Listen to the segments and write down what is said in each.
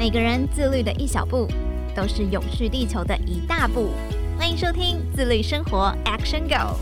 每个人自律的一小步，都是永续地球的一大步。欢迎收听自律生活 Action Go。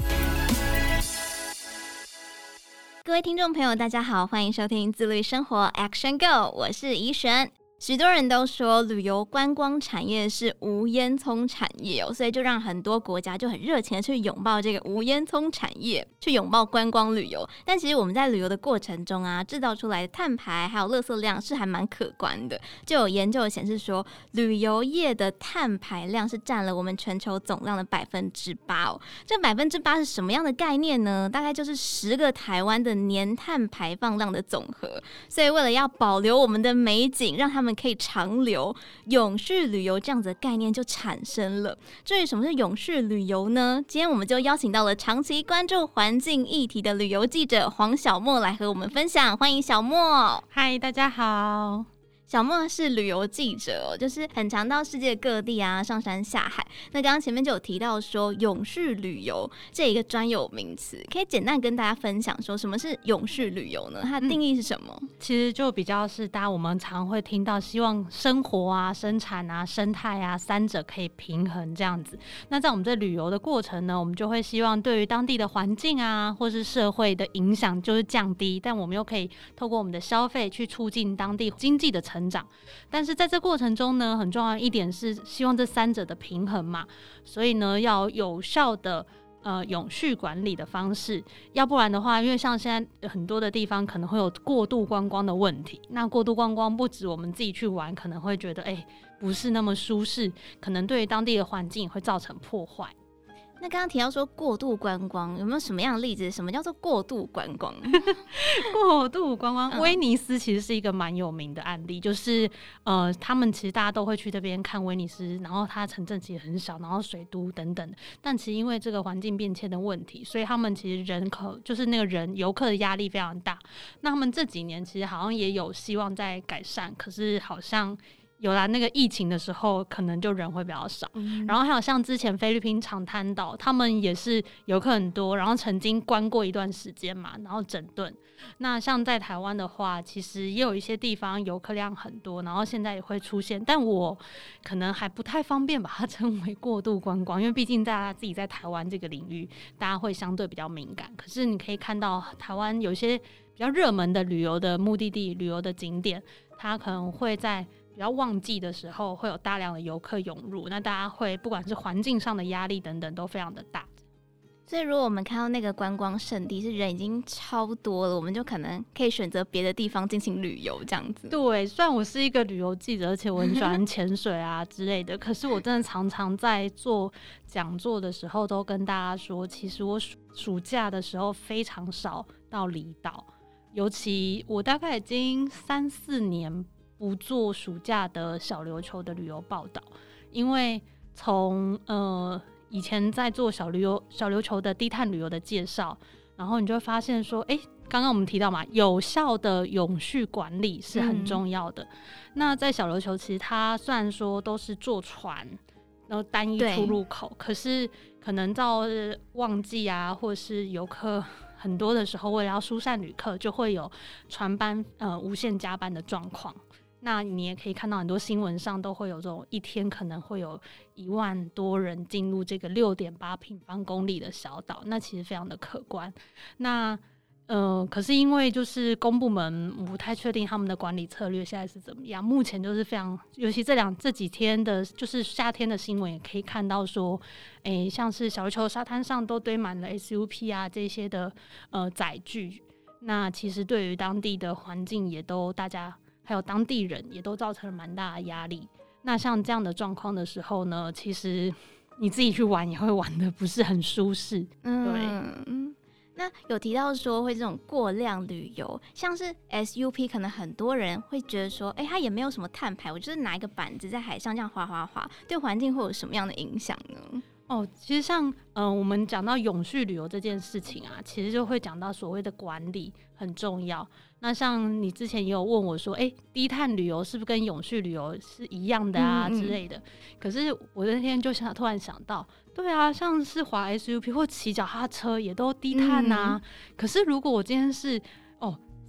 各位听众朋友，大家好，欢迎收听自律生活 Action Go， 我是怡璇。许多人都说旅游观光产业是无烟囱产业所以就让很多国家就很热情的去拥抱这个无烟囱产业，去拥抱观光旅游。但其实我们在旅游的过程中啊，制造出来的碳排还有垃圾量是还蛮可观的。就有研究显示说，旅游业的碳排量是占了我们全球总量的 8% 这 8% 是什么样的概念呢？大概就是10个台湾的年碳排放量的总和。所以为了要保留我们的美景，让他们可以长留，永续旅游这样子的概念就产生了。至于什么是永续旅游呢？今天我们就邀请到了长期关注环境议题的旅游记者黄小沫来和我们分享。欢迎小沫。 嗨，大家好。 小沫是旅游记者就是很常到世界各地啊，上山下海。那刚刚前面就有提到说永续旅游这一个专有名词，可以简单跟大家分享说什么是永续旅游呢？它的定义是什么？ 其实就比较是我们常会听到希望生活啊、生产啊、生态啊三者可以平衡这样子。那在我们这旅游的过程呢，我们就会希望对于当地的环境啊或是社会的影响就是降低，但我们又可以透过我们的消费去促进当地经济的成长。但是在这过程中呢，很重要一点是希望这三者的平衡嘛，所以呢要有效的永续管理的方式，要不然的话，因为像现在很多的地方可能会有过度观光的问题，那过度观光不止我们自己去玩可能会觉得不是那么舒适，可能对于当地的环境也会造成破坏。 那刚刚提到说过度观光，有没有什么样的例子？什么叫做过度观光？ 过度观光，威尼斯其实是一个蛮有名的案例，就是他们其实大家都会去这边看威尼斯，然后它城镇其实很小，然后水都等等的，但其实因为这个环境变迁的问题，所以他们其实人口就是那个游客的压力非常大。那他们这几年其实好像也有希望在改善，可是好像有啦，那个疫情的时候可能就人会比较少，然后还有像之前菲律宾长滩岛，他们也是游客很多，然后曾经关过一段时间嘛，然后整顿。那像在台湾的话，其实也有一些地方游客量很多，然后现在也会出现，但我可能还不太方便把它称为过度观光，因为毕竟大家自己在台湾这个领域，大家会相对比较敏感。可是你可以看到台湾有一些比较热门的旅游的目的地、旅游的景点，它可能会在比较旺季的时候会有大量的游客涌入，那大家会不管是环境上的压力等等都非常的大。 所以如果我们看到那个观光胜地是人已经超多了，我们就可能可以选择别的地方进行旅游这样子。 对，虽然我是一个旅游记者，而且我很喜欢潜水啊之类的，可是我真的常常在做讲座的时候都跟大家说，其实我暑假的时候非常少到离岛，尤其我大概已经3-4年不做暑假的小琉球的旅游报道，因为从以前在做小琉球的低碳旅游的介绍，然后你就会发现说刚刚我们提到嘛，有效的永续管理是很重要的。那在小琉球其实它虽然说都是坐船然后单一出入口，可是可能到旺季啊或是游客很多的时候，为了要疏散旅客，就会有船班无限加班的状况。那你也可以看到很多新闻上都会有这种一天可能会有1万多人进入这个6.8平方公里的小岛，那其实非常的可观。那可是因为就是公部门我不太确定他们的管理策略现在是怎么样，目前就是非常，尤其这几天的就是夏天的新闻也可以看到说像是小琉球沙滩上都堆满了 SUP 啊这些的载具，那其实对于当地的环境也都大家还有当地人也都造成了蛮大的压力。那像这样的状况的时候呢，其实你自己去玩也会玩得不是很舒适。对。 那有提到说会这种过量旅游，像是 SUP 可能很多人会觉得说它也没有什么碳排，我就是拿一个板子在海上这样滑滑滑，对环境会有什么样的影响呢？ 其实像我们讲到永续旅游这件事情啊，其实就会讲到所谓的管理很重要。那像你之前也有问我说低碳旅游是不是跟永续旅游是一样的啊之类的，可是我那天就突然想到，对啊，像是滑 SUP 或骑脚踏车也都低碳啊，可是如果我今天是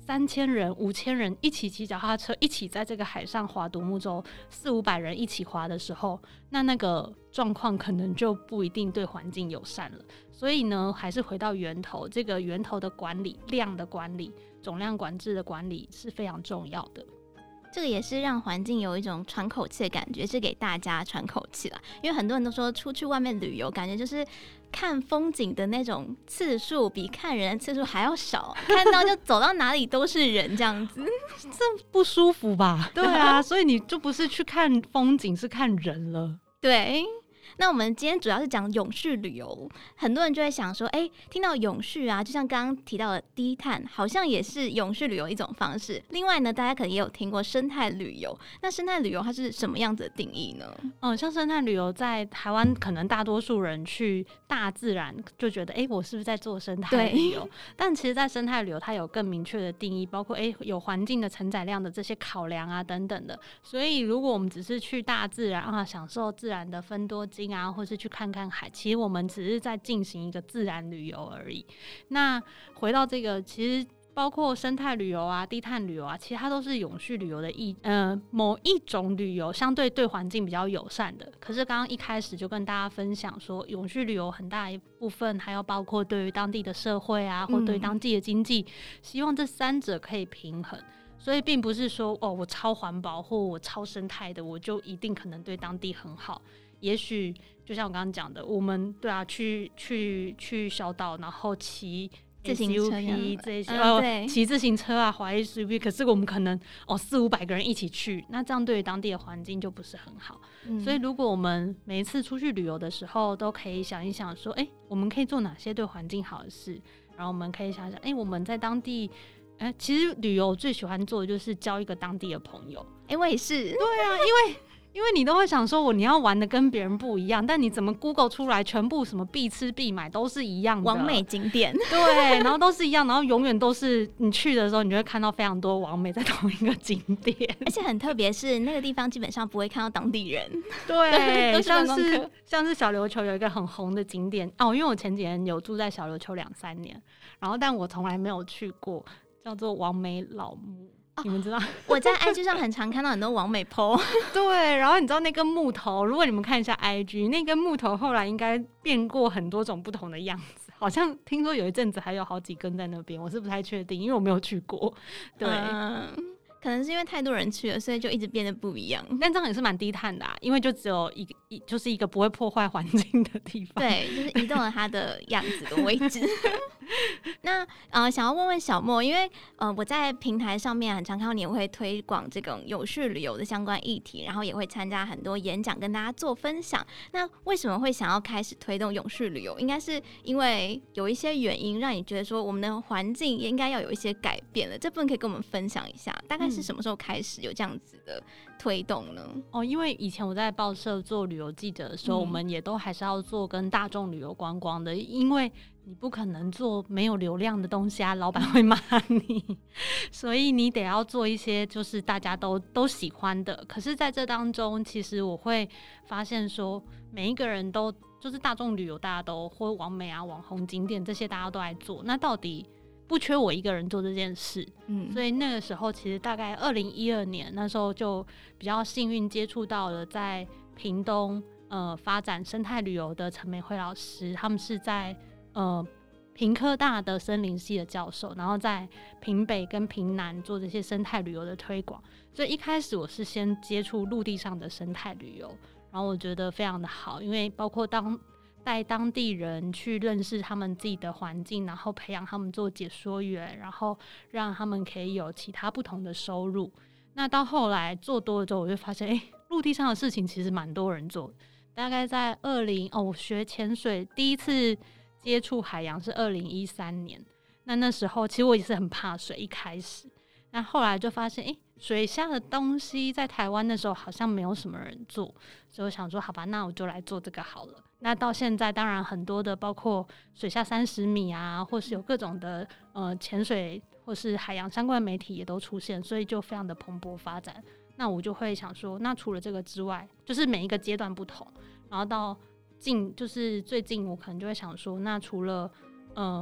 3000人、5000人一起骑脚踏车，一起在这个海上划独木舟，400-500人一起划的时候，那个状况可能就不一定对环境友善了。所以呢，还是回到源头，这个源头的管理、量的管理、总量管制的管理是非常重要的。 这个也是让环境有一种喘口气的感觉，是给大家喘口气啦。因为很多人都说出去外面旅游，感觉就是看风景的那种次数比看人的次数还要少，看到就走到哪里都是人这样子， 这不舒服吧？对啊，所以你就不是去看风景，是看人了。 对。那我们今天主要是讲永续旅游，很多人就会想说，听到永续啊，就像刚刚提到的低碳，好像也是永续旅游一种方式。另外呢，大家可能也有听过生态旅游，那生态旅游它是什么样子的定义呢？ 像生态旅游在台湾，可能大多数人去大自然就觉得，我是不是在做生态旅游？但其实，在生态旅游它有更明确的定义，包括有环境的承载量的这些考量啊等等的。所以，如果我们只是去大自然啊，享受自然的芬多精啊，或是去看看海，其实我们只是在进行一个自然旅游而已。那回到这个，其实包括生态旅游啊、低碳旅游啊，其实它都是永续旅游的某一种旅游，相对对环境比较友善的。可是刚刚一开始就跟大家分享说，永续旅游很大一部分还要包括对于当地的社会啊，或对当地的经济，希望这三者可以平衡。所以并不是说我超环保或我超生态的，我就一定可能对当地很好。也许就像我刚刚讲的，我们去小岛，然后骑自行车这些骑自行车啊，滑 SUP， 可是我们可能400-500个人一起去，那这样对于当地的环境就不是很好。所以如果我们每一次出去旅游的时候，都可以想一想说，我们可以做哪些对环境好的事，然后我们可以想想，我们在当地。其实旅游最喜欢做的就是交一个当地的朋友。 我也是。 对啊，因为你都会想说你要玩的跟别人不一样，但你怎么 Google 出来全部什么必吃必买都是一样的网美景点。 对，然后都是一样，然后永远都是你去的时候，你就会看到非常多网美在同一个景点， 而且很特别是那个地方基本上不会看到当地人。 对，像是小琉球有一个很红的景点因为我前几年有住在小琉球2-3年，然后但我从来没有去过。叫做王美老木，你们知道？ 我在 IG 上很常看到很多网美 po。 对，然后你知道那根木头，如果你们看一下 IG， 那根木头后来应该变过很多种不同的样子，好像听说有一阵子还有好几根在那边，我是不太确定，因为我没有去过。对。 可能是因为太多人去了，所以就一直变得不一样。 但这样也是蛮低碳的因为就只有就是一个不会破坏环境的地方。 对，就是移动了它的样子的位置。那想要问问小莫，因为我在平台上面很常看到你会推广这种永续旅游的相关议题，然后也会参加很多演讲跟大家做分享。那为什么会想要开始推动永续旅游？应该是因为有一些原因让你觉得说我们的环境也应该要有一些改变了，这部分可以跟我们分享一下，大概是什么时候开始有这样子的推动呢？ 因为以前我在报社做旅游记者的时候，我们也都还是要做跟大众旅游观光的，因为你不可能做没有流量的东西老板会骂你，所以你得要做一些就是大家都喜欢的。可是在这当中，其实我会发现说，每一个人都就是大众旅游，大家都或网美啊、网红景点这些，大家都来做，那到底不缺我一个人做这件事。所以那个时候其实大概2012年那时候就比较幸运接触到了在屏东发展生态旅游的陈美惠老师，他们是在屏科大的森林系的教授，然后在屏北跟屏南做这些生态旅游的推广。所以一开始我是先接触陆地上的生态旅游，然后我觉得非常的好，因为包括带当地人去认识他们自己的环境，然后培养他们做解说员，然后让他们可以有其他不同的收入。那到后来做多了之后，我就发现陆地上的事情其实蛮多人做的。大概在我学潜水第一次接触海洋是2013年，那时候其实我也是很怕水一开始，那后来就发现水下的东西在台湾那时候好像没有什么人做，所以我想说好吧，那我就来做这个好了。那到现在当然很多的包括水下30米啊，或是有各种的潜水或是海洋相关的媒体也都出现，所以就非常的蓬勃发展。那我就会想说，那除了这个之外，就是每一个阶段不同，然后到就是最近我可能就会想说，那除了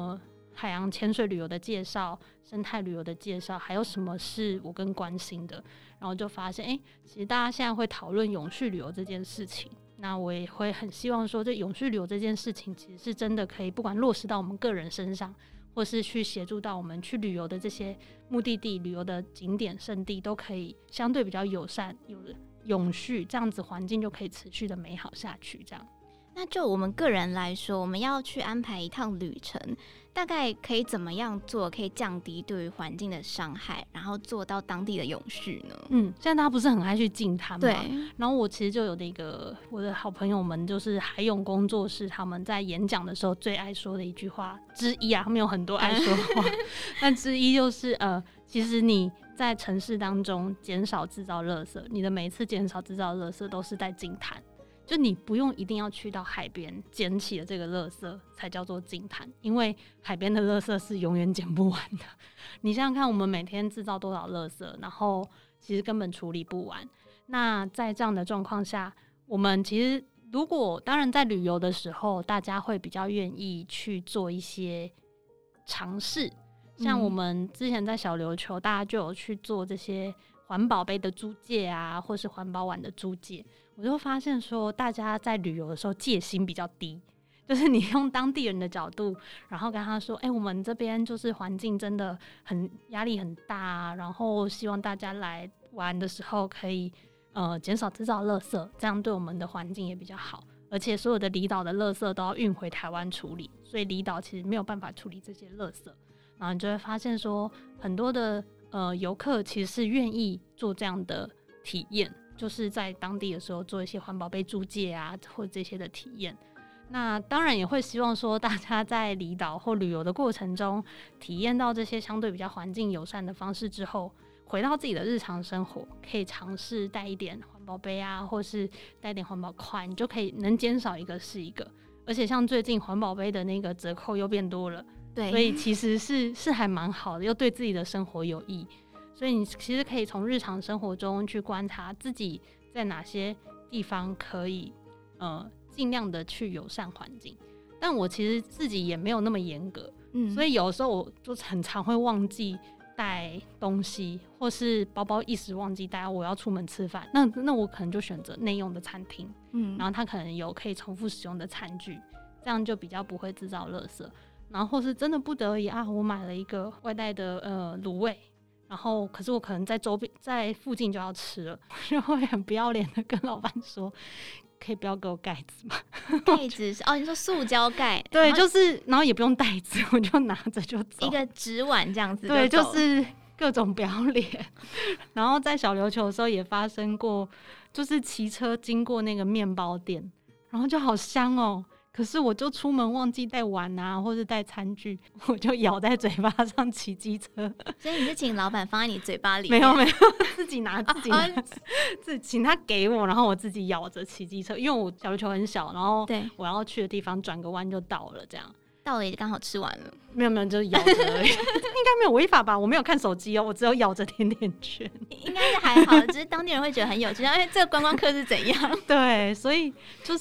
海洋潜水旅游的介绍、生态旅游的介绍，还有什么是我更关心的，然后就发现其实大家现在会讨论永续旅游这件事情，那我也会很希望说这永续旅游这件事情其实是真的可以不管落实到我们个人身上，或是去协助到我们去旅游的这些目的地、旅游的景点胜地都可以相对比较友善、有永续，这样子环境就可以持续的美好下去这样。 那就我们个人来说，我们要去安排一趟旅程，大概可以怎么样做，可以降低对于环境的伤害，然后做到当地的永续呢？ 现在大家不是很爱去净滩吗？ 对。 然后我其实就有那个我的好朋友们，就是海泳工作室，他们在演讲的时候最爱说的一句话之一啊，他们有很多爱说的话，但之一就是其实你在城市当中减少制造垃圾，你的每一次减少制造垃圾都是在净滩。就你不用一定要去到海边捡起了这个垃圾才叫做净滩，因为海边的垃圾是永远捡不完的。你想想看，我们每天制造多少垃圾，然后其实根本处理不完。那在这样的状况下，我们其实如果当然在旅游的时候，大家会比较愿意去做一些尝试，像我们之前在小琉球，大家就有去做这些环保杯的租借啊，或是环保碗的租借。我就发现说，大家在旅游的时候戒心比较低，就是你用当地人的角度，然后跟他说我们这边就是环境真的很压力很大啊，然后希望大家来玩的时候可以减少制造垃圾，这样对我们的环境也比较好。而且所有的离岛的垃圾都要运回台湾处理，所以离岛其实没有办法处理这些垃圾。然后你就会发现说，很多的游客其实是愿意做这样的体验，就是在当地的时候做一些环保杯租借啊，或这些的体验。那当然也会希望说，大家在离岛或旅游的过程中，体验到这些相对比较环境友善的方式之后，回到自己的日常生活，可以尝试带一点环保杯啊，或是带一点环保筷，你就可以能减少一个是一个。而且像最近环保杯的那个折扣又变多了， 对， 所以其实是还蛮好的，又对自己的生活有益。所以你其实可以从日常生活中去观察自己在哪些地方可以尽量的去友善环境。但我其实自己也没有那么严格，所以有时候我就很常会忘记带东西，或是包包一时忘记带，我要出门吃饭，那我可能就选择内用的餐厅，然后它可能有可以重复使用的餐具，这样就比较不会制造垃圾。然后或是真的不得已啊，我买了一个外带的卤味，然后可是我可能在周边在附近就要吃了，就会很不要脸的跟老板说，可以不要给我盖子吗？ 盖子是你说塑胶盖？ 对，就是然后也不用袋子，我就拿着就走， 一个纸碗这样子。 对，就是各种不要脸。然后在小琉球的时候也发生过，就是骑车经过那个面包店，然后就好香哦。可是我就出门忘记带碗啊，或是带餐具，我就咬在嘴巴上骑机车。 所以你是请老板放在你嘴巴里？ 没有，自己拿，自己请他给我，然后我自己咬着骑机车，因为我小琉球很小，然后我要去的地方转个弯就到了，这样。 到了也刚好吃完了。 没有，就是咬着而已。应该没有违法吧？我没有看手机哦，我只有咬着甜甜圈。 应该是还好，只是当地人会觉得很有趣，因为这个观光客是怎样？ 对，所以就是，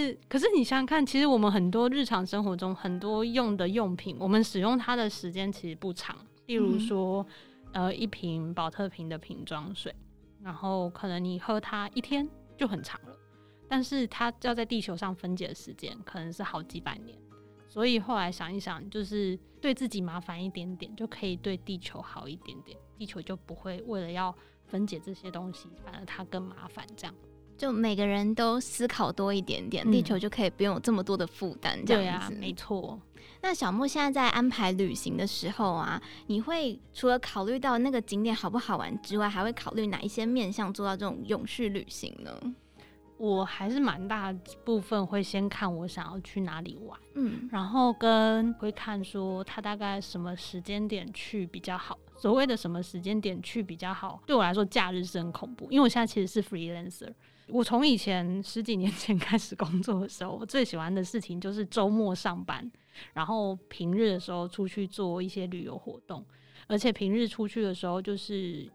可是你想想看，其实我们很多日常生活中很多用的用品，我们使用它的时间其实不长。例如说，一瓶宝特瓶的瓶装水，然后可能你喝它一天就很长了，但是它要在地球上分解的时间可能是好几百年。所以后来想一想，就是对自己麻烦一点点，就可以对地球好一点点，地球就不会为了要分解这些东西，反而它更麻烦。这样， 就每个人都思考多一点点，地球就可以不用有这么多的负担。这样子， 对啊，没错。 那小木现在在安排旅行的时候啊，你会除了考虑到那个景点好不好玩之外，还会考虑哪一些面向做到这种永续旅行呢？ 我还是蛮大部分会先看我想要去哪里玩，然后会看说他大概什么时间点去比较好。所谓的什么时间点去比较好，对我来说假日是很恐怖，因为我现在其实是 freelancer。我从以前10几年前开始工作的时候，我最喜欢的事情就是周末上班，然后平日的时候出去做一些旅游活动，而且平日出去的时候就是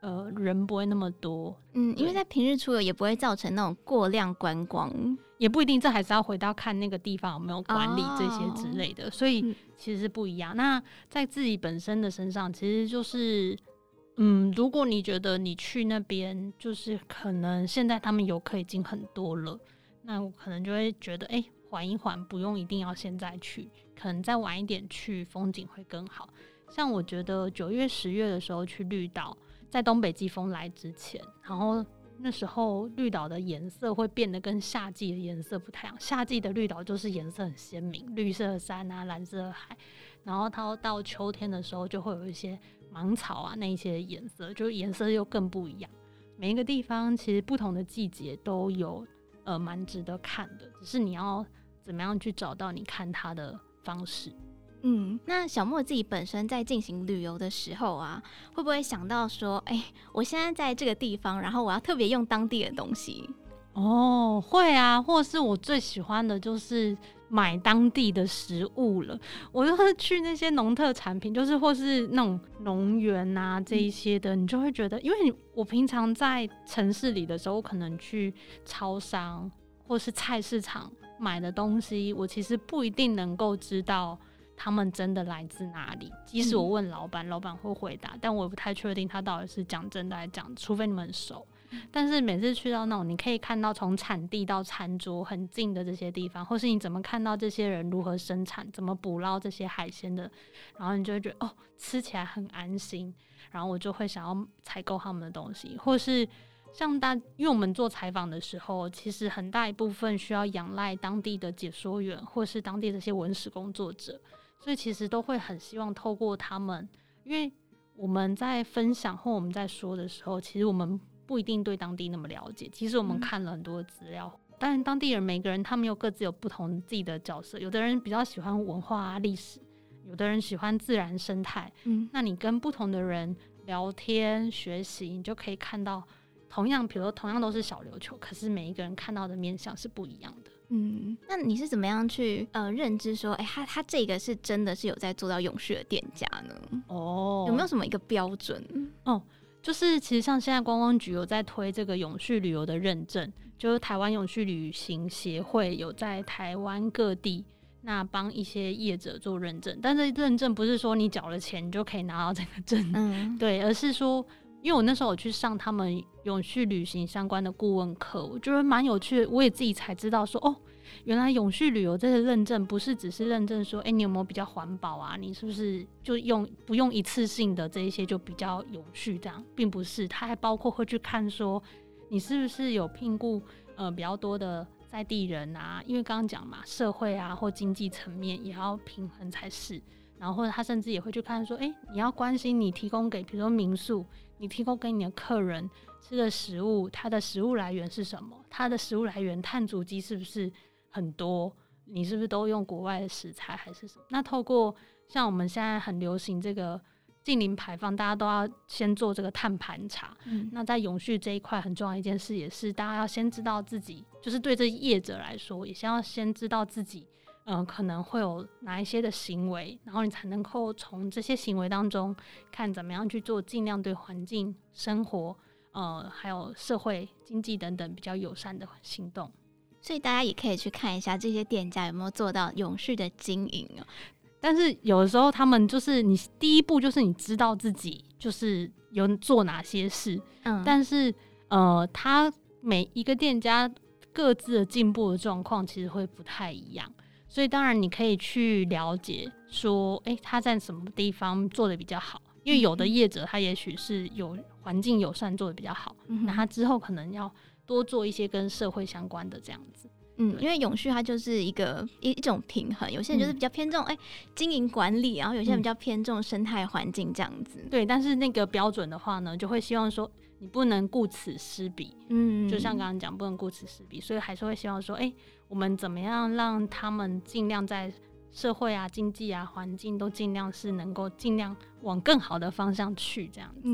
人不会那么多。 因为在平日出游也不会造成那种过量观光， 也不一定，这还是要回到看那个地方有没有管理这些之类的，所以其实是不一样。那在自己本身的身上，其实就是如果你觉得你去那边就是可能现在他们游客已经很多了，那我可能就会觉得缓一缓，不用一定要现在去，可能再晚一点去风景会更好。像我觉得9月10月的时候去绿岛，在东北季风来之前，然后那时候绿岛的颜色会变得跟夏季的颜色不太一样。夏季的绿岛就是颜色很鲜明，绿色的山啊，蓝色的海，然后它到秋天的时候就会有一些芒草啊，那一些颜色就颜色又更不一样。每一个地方其实不同的季节都有蛮值得看的，只是你要怎么样去找到你看它的方式。 那小莫自己本身在进行旅游的时候啊，会不会想到说我现在在这个地方，然后我要特别用当地的东西？ 会啊，或是我最喜欢的就是买当地的食物了。我就是去那些农特产品，就是或是那种农园啊这一些的，你就会觉得，因为我平常在城市里的时候，我可能去超商或是菜市场买的东西，我其实不一定能够知道他们真的来自哪里。即使我问老板，老板会回答，但我也不太确定他到底是讲真的还是讲，除非你们很熟。但是每次去到那种你可以看到从产地到餐桌很近的这些地方，或是你怎么看到这些人如何生产，怎么捕捞这些海鲜的，然后你就会觉得吃起来很安心，然后我就会想要采购他们的东西。或是像因为我们做采访的时候，其实很大一部分需要仰赖当地的解说员或是当地这些文史工作者，所以其实都会很希望透过他们，因为我们在分享或我们在说的时候，其实我们不一定对当地那么了解，其实我们看了很多资料，当然当地人每个人他们又各自有不同自己的角色，有的人比较喜欢文化啊历史，有的人喜欢自然生态，那你跟不同的人聊天学习，你就可以看到比如说同样都是小琉球，可是每一个人看到的面向是不一样的。 那你是怎么样去认知说他这个是真的是有在做到永续的店家呢？有没有什么一个标准？ 就是其实像现在观光局有在推这个永续旅游的认证，就是台湾永续旅行协会有在台湾各地那帮一些业者做认证，但是认证不是说你缴了钱你就可以拿到这个证，对，而是说因为我那时候有去上他们永续旅行相关的顾问课，我觉得蛮有趣的，我也自己才知道说原来永续旅游这个认证不是只是认证说你有没有比较环保啊，你是不是就不用一次性的这一些就比较永续，这样并不是，它还包括会去看说你是不是有聘雇比较多的在地人啊，因为刚刚讲嘛，社会啊或经济层面也要平衡才是，然后或者他甚至也会去看说你要关心你提供给比如说民宿，你提供给你的客人吃的食物，它的食物来源是什么，它的食物来源碳足迹是不是很多，你是不是都用国外的食材还是什么。那透过像我们现在很流行这个净零排放，大家都要先做这个碳盘查，那在永续这一块很重要一件事也是大家要先知道自己，就是对这业者来说也先知道自己可能会有哪一些的行为，然后你才能够从这些行为当中看怎么样去做尽量对环境生活还有社会经济等等比较友善的行动。 所以大家也可以去看一下这些店家有没有做到永续的经营但是有的时候他们就是你第一步就是你知道自己就是有做哪些事，但是他每一个店家各自的进步的状况其实会不太一样，所以当然你可以去了解说他在什么地方做的比较好，因为有的业者他也许是有环境友善做的比较好，那他之后可能要多做一些跟社会相关的这样子。 因为永续它就是一种平衡，有些人就是比较偏重经营管理，然后有些人比较偏重生态环境这样子。 对，但是那个标准的话呢，就会希望说你不能顾此失彼，就像刚刚讲不能顾此失彼，所以还是会希望说我们怎么样让他们尽量在社会啊经济啊环境都尽量是能够尽量往更好的方向去这样子。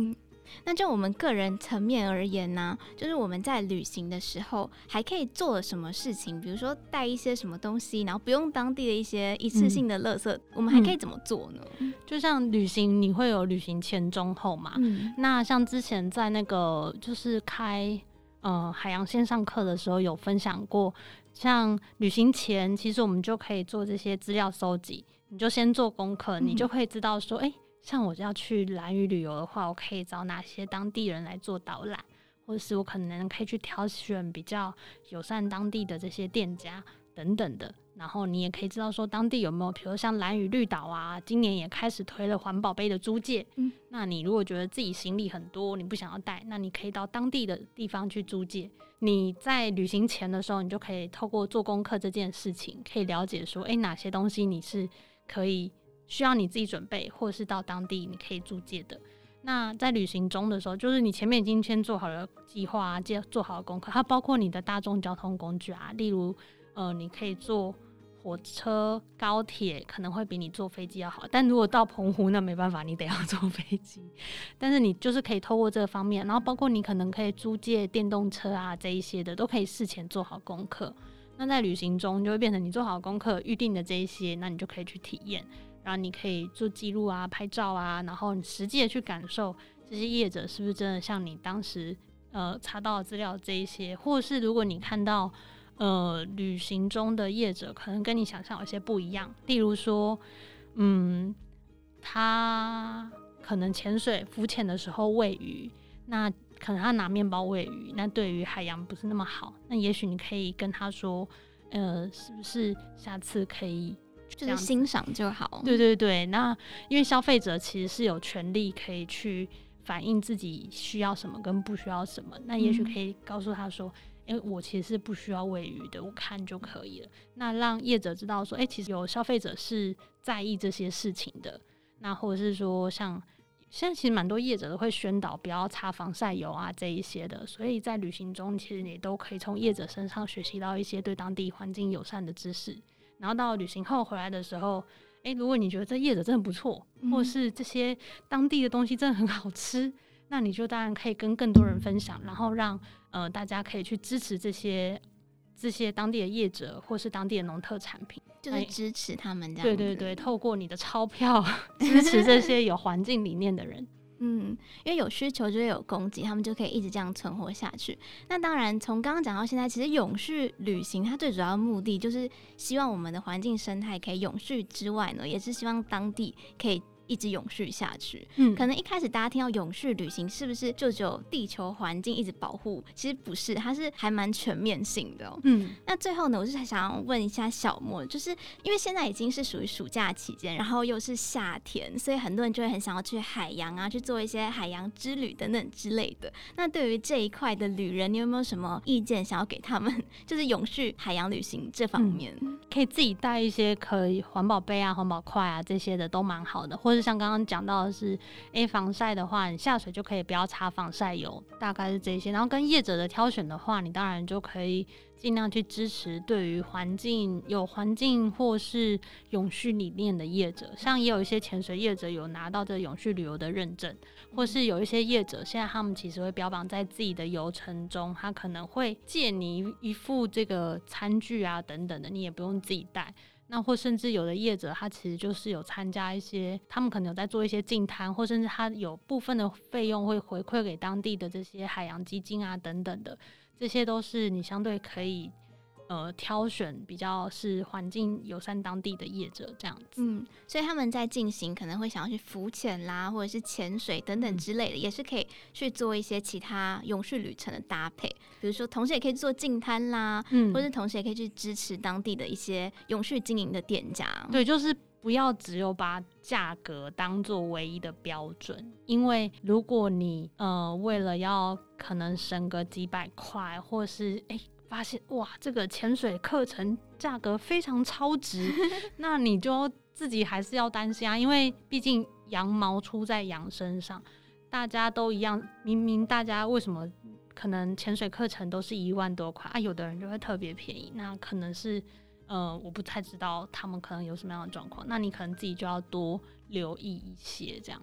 那就我们个人层面而言呢，就是我们在旅行的时候还可以做什么事情，比如说带一些什么东西，然后不用当地的一些一次性的垃圾，我们还可以怎么做呢？ 就像旅行你会有旅行前中后嘛，那像之前在那个就是开海洋线上课的时候有分享过，像旅行前其实我们就可以做这些资料搜集，你就先做功课，你就可以知道说像我要去兰屿旅游的话，我可以找哪些当地人来做导览，或者是我可能可以去挑选比较友善当地的这些店家等等的。然后你也可以知道说当地有没有比如像兰屿绿岛啊，今年也开始推了环保杯的租借，那你如果觉得自己行李很多你不想要带，那你可以到当地的地方去租借。你在旅行前的时候，你就可以透过做功课这件事情可以了解说哪些东西你是可以需要你自己准备，或者是到当地你可以租借的。那在旅行中的时候，就是你前面已经先做好了计划啊，做好了功课，它包括你的大众交通工具啊，例如你可以坐火车、高铁，可能会比你坐飞机要好，但如果到澎湖那没办法，你得要坐飞机。但是你就是可以透过这个方面，然后包括你可能可以租借电动车啊这一些的，都可以事前做好功课。那在旅行中就会变成你做好功课预定的这一些，那你就可以去体验，然后你可以做记录啊、拍照啊，然后你实际的去感受这些业者是不是真的像你当时查到的资料这一些，或者是如果你看到旅行中的业者可能跟你想象有些不一样，例如说他可能潜水浮潜的时候喂鱼，那可能他拿面包喂鱼，那对于海洋不是那么好，那也许你可以跟他说是不是下次可以就是欣赏就好。 对对对，那因为消费者其实是有权利可以去反映自己需要什么跟不需要什么，那也许可以告诉他说我其实是不需要喂鱼的，我看就可以了。那让业者知道说其实有消费者是在意这些事情的。那或者是说像现在其实蛮多业者都会宣导不要擦防晒油啊这一些的，所以在旅行中其实你都可以从业者身上学习到一些对当地环境友善的知识。然后到旅行后回来的时候如果你觉得这业者真的不错，或是这些当地的东西真的很好吃，那你就当然可以跟更多人分享，然后让大家可以去支持这些当地的业者或是当地的农特产品， 就是支持他们这样子。 对对对，透过你的钞票支持这些有环境理念的人。 因为有需求就会有供给，他们就可以一直这样存活下去。那当然从刚刚讲到现在，其实永续旅行它最主要的目的就是希望我们的环境生态可以永续之外呢，也是希望当地可以一直永续下去。可能一开始大家听到永续旅行是不是就只有地球环境一直保护，其实不是，它是还蛮全面性的那最后呢，我是想要问一下小莫，就是因为现在已经是属于暑假期间，然后又是夏天，所以很多人就会很想要去海洋啊，去做一些海洋之旅等等之类的。那对于这一块的旅人，你有没有什么意见想要给他们，就是永续海洋旅行这方面？ 可以自己带一些可以环保杯啊、环保筷啊这些的都蛮好的，或者像刚刚讲到的是防晒的话，你下水就可以不要擦防晒油，大概是这些。然后跟业者的挑选的话，你当然就可以尽量去支持对于有环境或是永续理念的业者，像也有一些潜水业者有拿到这永续旅游的认证，或是有一些业者现在他们其实会标榜在自己的游程中，他可能会借你一副这个餐具啊等等的，你也不用自己带。那或甚至有的业者他其实就是有参加一些，他们可能有在做一些净滩，或甚至他有部分的费用会回馈给当地的这些海洋基金啊等等的，这些都是你相对可以挑选比较是环境友善当地的业者这样子。 所以他们在进行可能会想要去浮潜啦，或者是潜水等等之类的，也是可以去做一些其他永续旅程的搭配，比如说同时也可以做净滩啦，或者同时也可以去支持当地的一些永续经营的店家。 对，就是不要只有把价格当作唯一的标准，因为如果你为了要可能省个几百块，或是发现哇这个潜水课程价格非常超值那你就自己还是要担心啊，因为毕竟羊毛出在羊身上，大家都一样，明明大家为什么可能潜水课程都是1万多块啊，有的人就会特别便宜，那可能是我不太知道他们可能有什么样的状况，那你可能自己就要多留意一些这样子。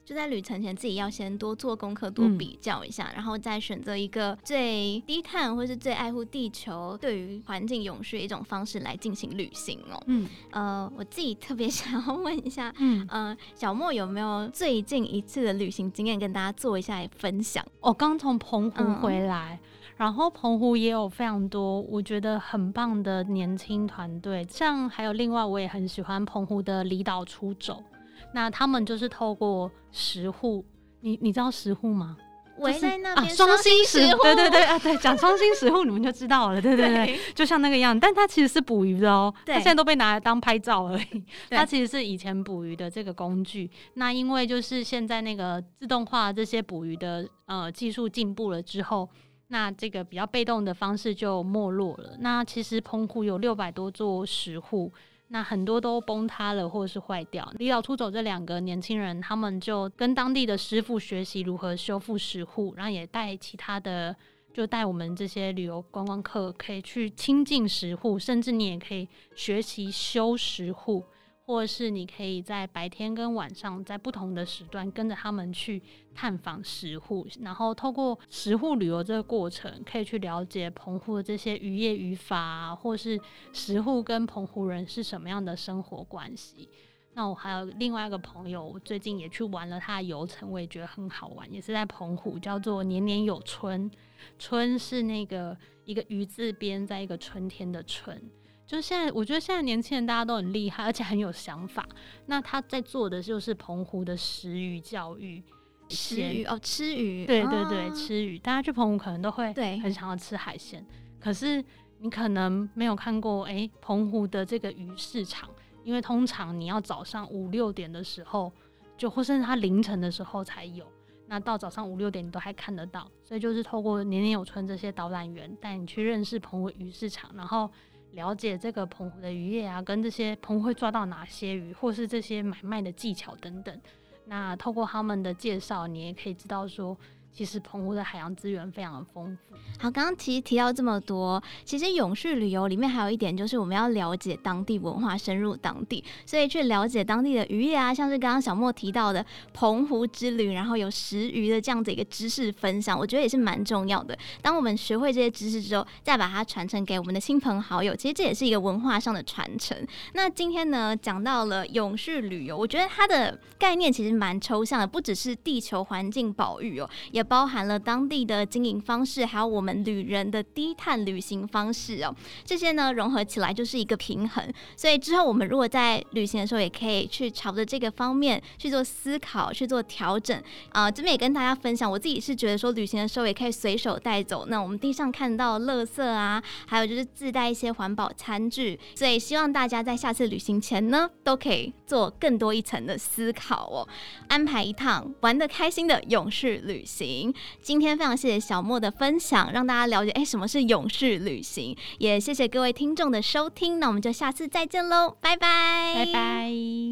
就在旅程前自己要先多做功课，多比较一下，然后再选择一个最低碳或是最爱护地球、对于环境永续的一种方式来进行旅行哦。我自己特别想要问一下，小莫有没有最近一次的旅行经验跟大家做一下分享？ 我刚从澎湖回来。然后澎湖也有非常多我觉得很棒的年轻团队，像还有另外我也很喜欢澎湖的离岛出走，那他们就是透过石沪，你知道石沪吗？ 围在那边双星石沪， 对对，讲双星石沪你们就知道了，对，就像那个样，但它其实是捕鱼的哦，它现在都被拿来当拍照而已，它其实是以前捕鱼的这个工具。那因为就是现在那个自动化这些捕鱼的技术进步了之后，那这个比较被动的方式就没落了。那其实澎湖有600多座石沪，那很多都崩塌了或者是坏掉。离岛出走这2个年轻人，他们就跟当地的师傅学习如何修复石沪，然后也带其他的，就带我们这些旅游观光客可以去亲近石沪，甚至你也可以学习修石沪，或者是你可以在白天跟晚上在不同的时段跟着他们去探访石沪，然后透过石沪旅游这个过程可以去了解澎湖的这些渔业渔法啊，或是石沪跟澎湖人是什么样的生活关系。那我还有另外一个朋友，我最近也去玩了他的游程，我也觉得很好玩，也是在澎湖，叫做年年有春。春是那个一个鱼字边在一个春天的春，就是现在我觉得现在年轻人大家都很厉害，而且很有想法。那他在做的就是澎湖的食鱼教育。 吃鱼， 对，吃鱼。大家去澎湖可能都会很想要吃海鲜，可是你可能没有看过澎湖的这个鱼市场，因为通常你要早上5、6点的时候，就或甚至它凌晨的时候才有，那到早上5、6点你都还看得到。所以就是透过年年有春这些导览员带你去认识澎湖鱼市场，然后了解这个澎湖的渔业啊，跟这些澎湖会抓到哪些鱼，或是这些买卖的技巧等等。那透过他们的介绍，你也可以知道说其实澎湖的海洋资源非常的丰富。 好，刚刚其实提到这么多，其实永续旅游里面还有一点就是我们要了解当地文化，深入当地，所以去了解当地的渔业啊，像是刚刚小莫提到的澎湖之旅，然后有食鱼的这样子一个知识分享，我觉得也是蛮重要的。当我们学会这些知识之后，再把它传承给我们的亲朋好友，其实这也是一个文化上的传承。那今天呢，讲到了永续旅游，我觉得它的概念其实蛮抽象的，不只是地球环境保育哦，也包含了当地的经营方式，还有我们旅人的低碳旅行方式哦，这些呢融合起来就是一个平衡。所以之后我们如果在旅行的时候，也可以去朝着这个方面去做思考，去做调整。这边也跟大家分享，我自己是觉得说，旅行的时候也可以随手带走那我们地上看到的垃圾啊，还有就是自带一些环保餐具。所以希望大家在下次旅行前呢，都可以做更多一层的思考哦，安排一趟玩得开心的永续旅行。今天非常谢谢小莫的分享，让大家了解什么是永续旅行，也谢谢各位听众的收听，那我们就下次再见喽，拜拜， 拜拜。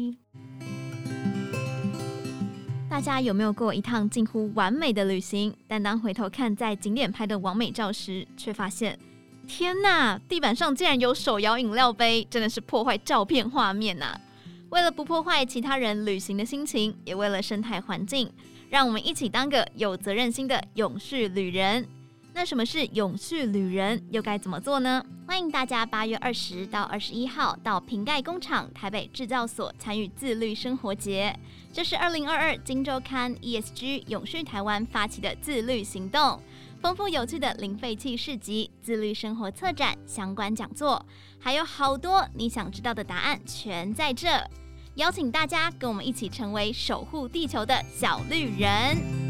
大家有没有过一趟近乎完美的旅行，但当回头看在景点拍的完美照时，却发现天哪，地板上竟然有手摇饮料杯，真的是破坏照片画面啊。为了不破坏其他人旅行的心情，也为了生态环境，让我们一起当个有责任心的永续旅人。那什么是永续旅人，又该怎么做呢？欢迎大家8月20到21号到瓶盖工厂台北制造所参与自律生活节，这是2022金周刊 ESG 永续台湾发起的自律行动。丰富有趣的零废弃市集、自律生活策展、相关讲座，还有好多你想知道的答案全在这。邀请大家跟我们一起成为守护地球的小绿人。